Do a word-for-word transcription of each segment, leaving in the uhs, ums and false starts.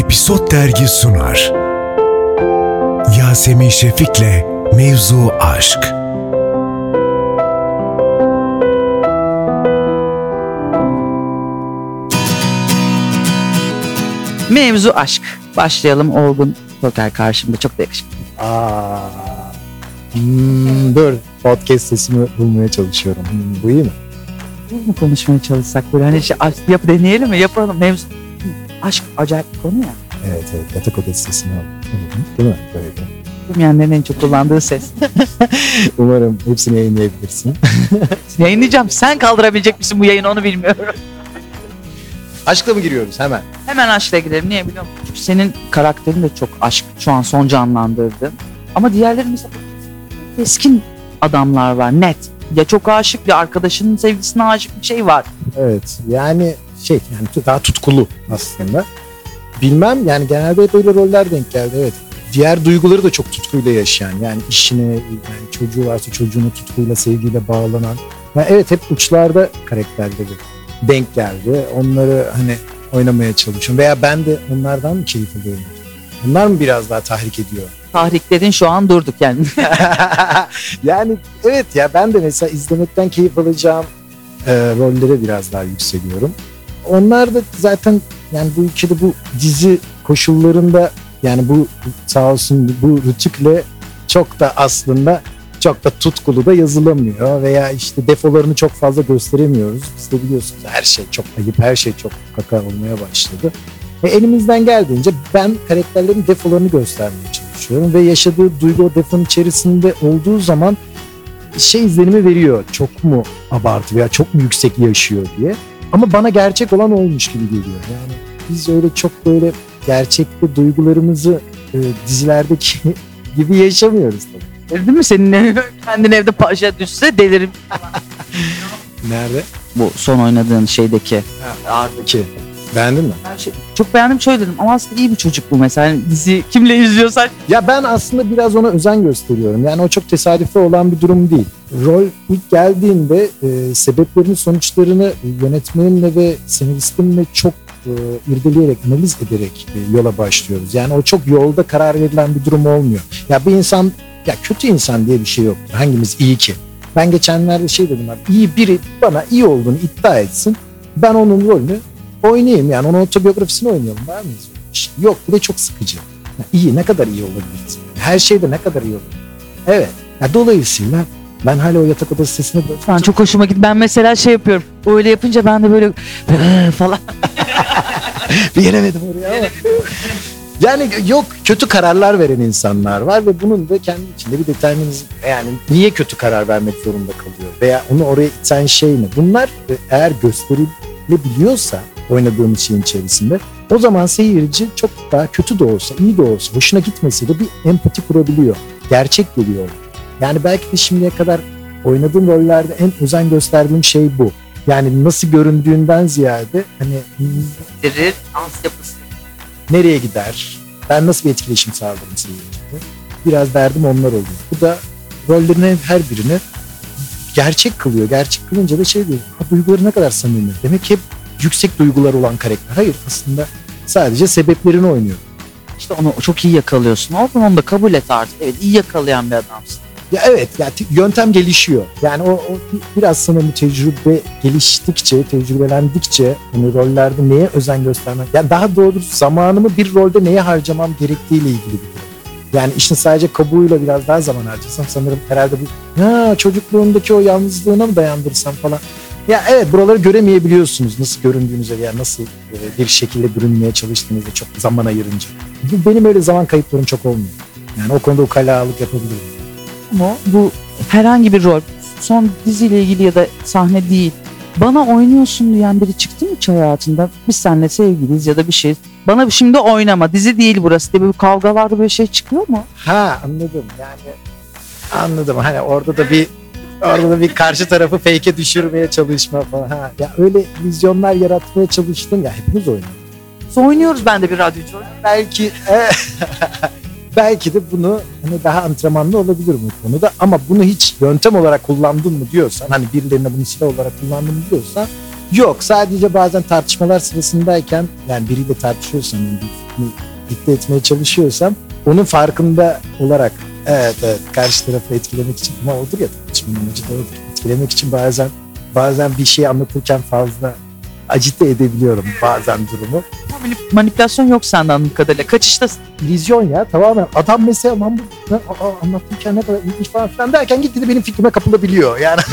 Episod Dergi sunar. Yasemin Şefik'le Mevzu Aşk. Mevzu aşk. Başlayalım. Olgun Toker karşımda, çok da yakışıklı. Aa, hmm, dur podcast sesimi bulmaya çalışıyorum. Hmm, bu iyi mi? Biz mi konuşmaya çalışsak böyle hani şey, aşk yap deneyelim mi? Yapalım. Mevzu aşk acayip bir konu ya. Evet evet, yatak odası sesini aldım. Değil mi? Böyle. Bilmeyenlerin en çok kullandığı ses. Umarım hepsini yayınlayabilirsin. Yayınlayacağım. Sen kaldırabilecek misin bu yayını, onu bilmiyorum. Aşkla mı giriyoruz hemen? Hemen aşkla gidelim. Niye biliyor musun? Çünkü senin karakterin de çok aşk. Şu an son canlandırdın. Ama diğerleri mesela keskin adamlar var. Net. Ya çok aşık, ya arkadaşının sevgilisine aşık bir şey var. Evet yani şey yani daha tutkulu aslında. Bilmem yani genelde hep öyle roller denk geldi, evet. Diğer duyguları da çok tutkuyla yaşayan, yani işine, yani çocuğu varsa çocuğuna tutkuyla, sevgiyle bağlanan. Yani evet, hep uçlarda karakterleri denk geldi. Onları hani oynamaya çalışıyorum veya ben de onlardan mı keyif alıyorum? Onlar mı biraz daha tahrik ediyor? Tahrikledin, şu an durduk yani. Yani evet ya, ben de mesela izlemekten keyif alacağım e, rollere biraz daha yükseliyorum. Onlar da zaten yani bu ülkede bu dizi koşullarında, yani bu sağ olsun bu rütükle çok da aslında çok da tutkulu da yazılamıyor veya işte defolarını çok fazla gösteremiyoruz. Biz de biliyorsunuz her şey çok ayıp, her şey çok kaka olmaya başladı. Ve elimizden geldiğince ben karakterlerin defolarını göstermeye çalışıyorum ve yaşadığı duygu o defonun içerisinde olduğu zaman şey izlenimi veriyor. Çok mu abartı veya çok mu yüksek yaşıyor diye. Ama bana gerçek olan olmuş gibi geliyor. Yani biz öyle çok böyle gerçekte duygularımızı e, dizilerdeki gibi yaşamıyoruz tabii. Değil mi? Senin ev, kendin evde paşa düşse delirim. Nerede? Bu son oynadığın şeydeki. Ağırdaki. Beğendin mi? Her şey, çok beğendim, şöyle dedim ama aslında iyi bir çocuk bu mesela. Yani dizi kimle izliyorsan. Ya ben aslında biraz ona özen gösteriyorum. Yani o çok tesadüfi olan bir durum değil. Rol ilk geldiğinde e, sebeplerini, sonuçlarını yönetmenimle ve senaristimle çok e, irdeleyerek, analiz ederek e, yola başlıyoruz. Yani o çok yolda karar verilen bir durum olmuyor. Ya bir insan, ya kötü insan diye bir şey yoktur. Hangimiz iyi ki? Ben geçenlerde şey dedim abi, iyi biri bana iyi olduğunu iddia etsin. Ben onun rolünü oynayayım, yani onun otobiyografisini oynayalım, var mıyız? İşte yok, bu da çok sıkıcı. Ya iyi, ne kadar iyi olabiliriz? Her şeyde ne kadar iyi olur? Evet. Ya dolayısıyla ben hala o yatak odası sesini böyle... Falan çok hoşuma gitti. Ben mesela şey yapıyorum. Öyle yapınca ben de böyle falan. Bilemedim oraya ama. Yani yok, kötü kararlar veren insanlar var ve bunun da kendi içinde bir determinizm, yani niye kötü karar vermek zorunda kalıyor veya onu oraya iten şey ne? Bunlar eğer gösterilebiliyorsa oynadığımız şeyin içerisinde, o zaman seyirci çok daha kötü de olsa, iyi de olsa, hoşuna gitmese de bir empati kurabiliyor. Gerçek geliyor. Yani belki de şimdiye kadar oynadığım rollerde en özen gösterdiğim şey bu. Yani nasıl göründüğünden ziyade hani Dirir, dans yapısı. nereye gider, ben nasıl bir etkileşim sağlarım seyirciye. Biraz derdim onlar oluyor. Bu da rollerine her birini gerçek kılıyor. Gerçek kılınca da şey diyor, ha, duyguları ne kadar samimi. Demek ki hep yüksek duygular olan karakter. Hayır, aslında sadece sebeplerini oynuyor. İşte onu çok iyi yakalıyorsun. Oradan onu da kabul et artık. Evet, iyi yakalayan bir adamsın. Ya evet, ya t- yöntem gelişiyor. Yani o, o biraz sanırım tecrübe geliştikçe, tecrübelendikçe hani rollerde neye özen göstermek, yani daha doğrusu zamanımı bir rolde neye harcamam gerektiğiyle ilgili bir durum. Yani işin sadece kabuğuyla biraz daha zaman harcasam sanırım herhalde bu ha, çocukluğumdaki o yalnızlığına mı dayandırsam falan. Ya evet, buraları göremeyebiliyorsunuz nasıl göründüğünüze veya nasıl e, bir şekilde bürünmeye çalıştığınızda çok zaman ayırınca. Bu, benim öyle zaman kayıplarım çok olmuyor. Yani o konuda ukalalık yapabilirim. Ama bu herhangi bir rol, son diziyle ilgili ya da sahne değil. Bana oynuyorsun diyen biri çıktı mı hiç hayatında? Biz seninle sevgiliyiz ya da bir şey. Bana şimdi oynama, dizi değil burası diye bir kavgalarda böyle şey çıkıyor mu? Ha, anladım, yani anladım, hani orada da bir orada da bir karşı tarafı fake'e düşürmeye çalışma falan. Ha, ya öyle vizyonlar yaratmaya çalıştım ya, hepimiz oynuyoruz. Biz oynuyoruz, ben de bir radyocu. Belki e, belki de bunu hani daha antrenmanlı olabilir bu konuda, ama bunu hiç yöntem olarak kullandın mı diyorsan, hani birilerine bunu silah olarak kullandın mı diyorsan, Yok, sadece bazen tartışmalar sırasındayken, yani biriyle tartışıyorsam, yani bir fikri dikte etmeye çalışıyorsam onun farkında olarak evet evet karşı tarafı etkilemek için, ama odur ya, tartışmanın amacı da odur. Etkilemek için bazen bazen bir şey anlatırken fazla acite edebiliyorum bazen durumu. Manip- Manipülasyon yok sende anladığım kadarıyla. Kaçıştasın. Vizyon ya, tamamen adam mesela lan bu aa, anlatırken ne kadar ilginç falan filan derken gitti de benim fikrime kapılabiliyor yani.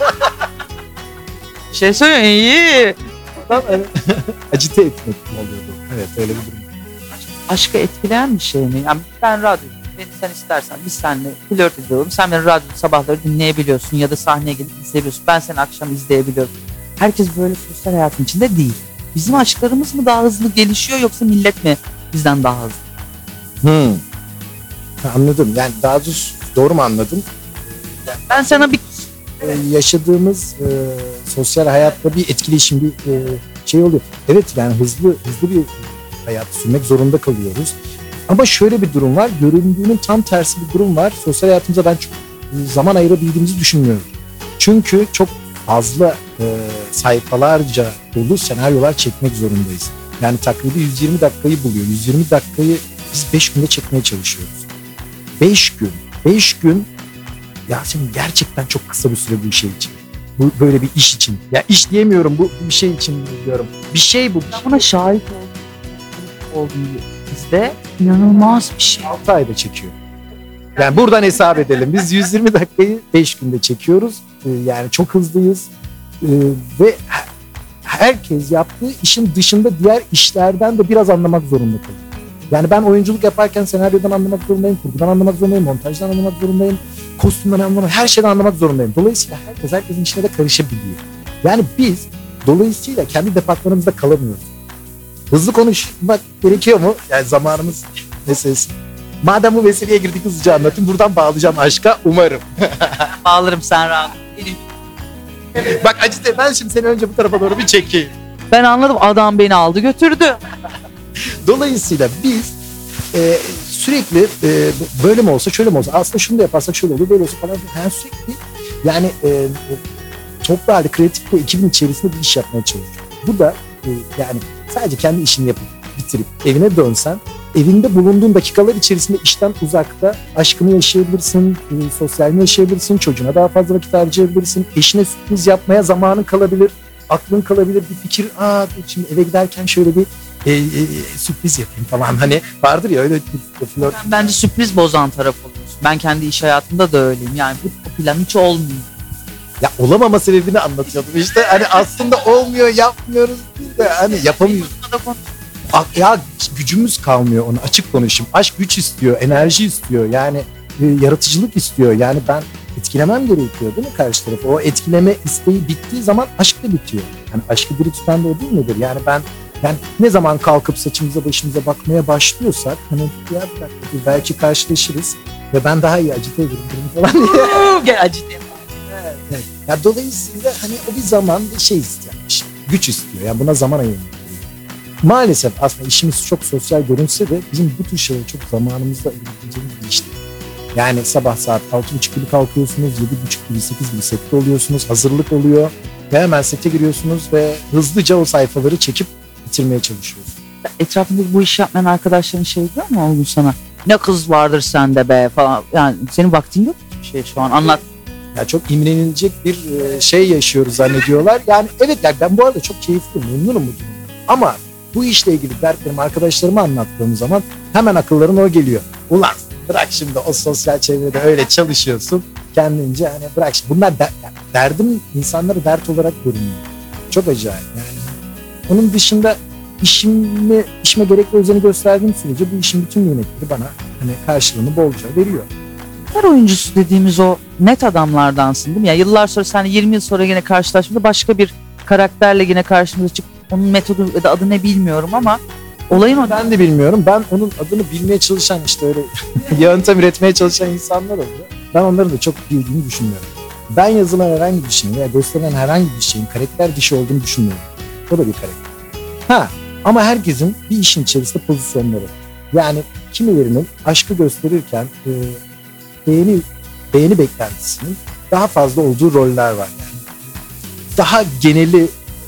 Şey söylüyor iyi. Adam, evet. Acite etmek oluyordu. Evet, öyle bir durum. Aşkı etkileyen bir şey mi? Yani ben radyo, beni sen istersen biz seninle flört ediyorum. Sen beni radyoda sabahları dinleyebiliyorsun ya da sahneye gelip izleyebiliyorsun. Ben seni akşam izleyebiliyorum. Herkes böyle sosyal hayatın içinde değil. Bizim aşklarımız mı daha hızlı gelişiyor yoksa millet mi bizden daha hızlı? Hmm. Ha, anladım. Yani daha doğrusu doğru mu anladım? Ben sana bir Ee, yaşadığımız e, sosyal hayatta bir etkileşim, bir e, şey oluyor. Evet, yani hızlı hızlı bir hayat sürmek zorunda kalıyoruz. Ama şöyle bir durum var. Göründüğünün tam tersi bir durum var. Sosyal hayatımıza ben çok zaman ayırabildiğimizi düşünmüyorum. Çünkü çok fazla e, sayfalarca dolu senaryolar çekmek zorundayız. Yani takribi yüz yirmi dakikayı buluyor. yüz yirmi dakikayı biz beş günde çekmeye çalışıyoruz. beş gün. beş gün Yasemin gerçekten çok kısa bir süre bu şey için. Bu böyle bir iş için. Ya iş diyemiyorum, bu bir şey için diyorum. Bir şey bu. ben buna şahit oldum. Oldum bizde inanılmaz bir şey. altı ayda çekiyor. Yani buradan hesap edelim. Biz yüz yirmi dakikayı beş günde çekiyoruz. Ee, Yani çok hızlıyız. Ee, Ve her- herkes yaptığı işin dışında diğer işlerden de biraz anlamak zorunda kalıyor. Yani ben oyunculuk yaparken senaryodan anlamak zorundayım, kurgudan anlamak zorundayım, montajdan anlamak zorundayım, kostümden anlamak, her şeyden anlamak zorundayım. Dolayısıyla herkes herkesin içine de karışabiliyor. Yani biz dolayısıyla kendi departmanımızda kalamıyoruz. Hızlı konuşmak gerekiyor mu? Yani zamanımız meselesi. Madem bu meseleye girdik, hızlıca anlatayım. Buradan bağlayacağım aşka, umarım. Bağlarım sen rahat. Benim- Bak acite, ben şimdi seni önce bu tarafa doğru bir çekeyim. Ben anladım, adam beni aldı götürdü. Dolayısıyla biz e, sürekli e, böyle mi olsa şöyle mi olsa, aslında şunu da yaparsak şöyle olur, böyle olsa falan. Yani sürekli yani e, toplu halde kreatif bir ekibin içerisinde bir iş yapmaya çalışıyor. Bu da e, yani sadece kendi işini yapıp bitirip evine dönsen, evinde bulunduğun dakikalar içerisinde işten uzakta aşkını yaşayabilirsin, e, sosyalini yaşayabilirsin, çocuğuna daha fazla vakit harcayabilirsin, eşine sürpriz yapmaya zamanın kalabilir, aklın kalabilir, bir fikir, aa dur şimdi eve giderken şöyle bir e, e, sürpriz yapayım falan, hani vardır ya öyle bir flört. Sen bence sürpriz bozan taraf oluyorsun. Ben kendi iş hayatımda da öyleyim. Yani bu o plan hiç olmuyor. Ya olamama sebebini anlatıyordum işte, hani aslında olmuyor, yapmıyoruz biz de hani yapamıyoruz. Buna da konuş- Ak- Ya gücümüz kalmıyor, onu açık konuşayım. Aşk güç istiyor, enerji istiyor, yani e, yaratıcılık istiyor. Yani ben etkilemem gerekiyor değil mi karşı tarafı? O etkileme isteği bittiği zaman aşk da bitiyor. Yani aşkı diri tutan da o değil midir? Yani ben yani ne zaman kalkıp saçımıza başımıza bakmaya başlıyorsak, hani ya bir dakika, dur, belki karşılaşırız ve ben daha iyi acite ederim durumu falan diye. Gel acıtayım. Evet. Ya dolayısıyla hani o bir zaman bir şey istiyor, işte, güç istiyor. Yani buna zaman ayırmak gerekiyor. Maalesef aslında işimiz çok sosyal görünse de bizim bu tür şeylere çok zamanımızda ayırabileceğimiz bir iş değil. Yani sabah saat altı buçuk gibi kalkıyorsunuz, yedi buçuk gibi, sekiz gibi sette oluyorsunuz, hazırlık oluyor ve hemen sete giriyorsunuz ve hızlıca o sayfaları çekip bitirmeye çalışıyorsunuz. Etrafında bu işi yapmayan arkadaşların şey diyor mu oğlum sana? Ne kız vardır sende be falan. Yani senin vaktin yok bir şey şu an anlat. Ya çok imrenilecek bir e, şey yaşıyoruz zannediyorlar. Yani evet, yani ben bu arada çok keyifliyim, memnunum bu durumda. Ama bu işle ilgili dertlerimi arkadaşlarıma anlattığım zaman hemen akıllarına o geliyor. Ulan bırak şimdi o sosyal çevrede öyle çalışıyorsun kendince, hani bırak şimdi. Bunlar der, yani derdim insanlara dert olarak görünüyor. Çok acayip yani. Onun dışında işime, işime gerekli özeni gösterdiğim sürece bu işin bütün nimetleri bana hani karşılığını bolca veriyor. Her oyuncusu dediğimiz o net adamlardansın değil mi? Ya yıllar sonra sen yirmi yıl sonra yine karşılaştığında başka bir karakterle yine karşımıza çık. Onun metodu ya da adı ne bilmiyorum ama olayın o. Ben de bilmiyorum. Ben onun adını bilmeye çalışan, işte öyle yöntem üretmeye çalışan insanlar oluyor. Ben onların da çok bildiğini düşünmüyorum. Ben yazılan herhangi bir şeyin veya gösterilen herhangi bir şeyin karakter dışı olduğunu düşünmüyorum. O da bir karakter. Ha, ama herkesin bir işin içerisinde pozisyonları. Yani kimilerinin aşkı gösterirken e, beğeni beğeni beklentisinin daha fazla olduğu roller var. Yani daha geneli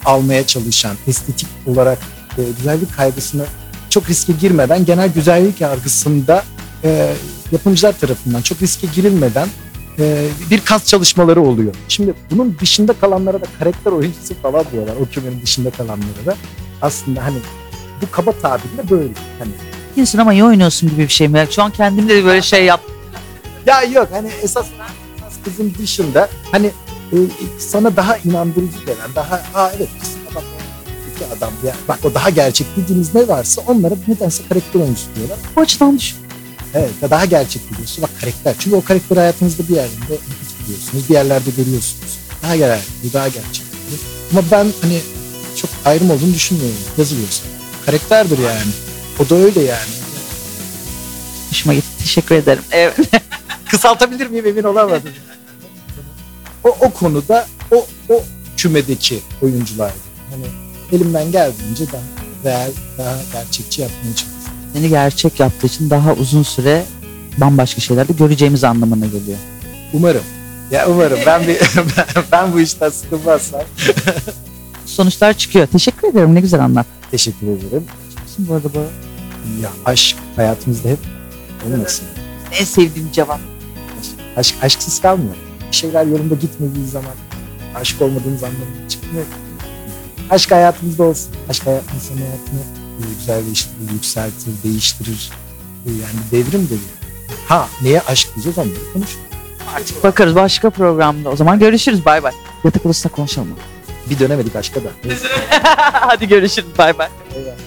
almaya çalışan, estetik olarak e, güzellik kaygısını çok riske girmeden, genel güzellik yargısında e, yapımcılar tarafından çok riske girilmeden e, bir kas çalışmaları oluyor. Şimdi bunun dışında kalanlara da karakter oyuncusu falan diyorlar. O kümenin dışında kalanlara da. Aslında hani bu kaba tabirle böyle. Hani Değilsin ama iyi oynuyorsun gibi bir şey mi? Şu an kendimde de böyle şey yap. ya yok hani esas, esas kızın dışında hani e, sana daha inandırıcı gelen, daha aa evet aslında bak o iki adam ya bak o daha gerçek dediğiniz ne varsa onlara nedense karakter oyuncusu diyorlar. Bu açıdan düşün. Evet ya daha gerçek biliyorsun bak karakter. Çünkü o karakteri hayatınızda bir yerinde biliyorsunuz, bir yerlerde görüyorsunuz. Daha gerçek, daha gerçek. Ama ben hani çok ayrım olduğunu düşünmüyorum yazılıyorsa. Karakterdir yani. O da öyle yani. Hoşuma gitti. Teşekkür ederim. Evet. Kısaltabilir miyim emin olamadım. o, o konuda o, o kümedeki oyunculardı. Hani elimden geldiğince daha real, daha gerçekçi yapmaya çalışıyorum. Seni gerçek yaptığı için daha uzun süre bambaşka şeyler de göreceğimiz anlamına geliyor. Umarım. Ya umarım. Ben bir ben, ben bu işten sıkılmazsam. Sonuçlar çıkıyor. Teşekkür ederim. Ne güzel anlat. Teşekkür ederim. Bu arada bu Ya aşk hayatımızda hep olmasın. en sevdiğim cevap. Aşk, aşksız kalmıyor. Bir şeyler yolunda gitmediği zaman aşık olmadığınız anlamına çıkmıyor. Aşk hayatımızda olsun. Aşk hayat, insan hayatını güzelleştirir, yükseltir, değiştirir. Yani devrimdir. Ha neye aşk diyeceğiz onları konuşuruz. Artık bakarız başka programda. O zaman görüşürüz. Bay bay. Yatak odasında konuşalım. Bir dönemedik aşka da. Hadi görüşürüz. Bay bay. Eyvallah.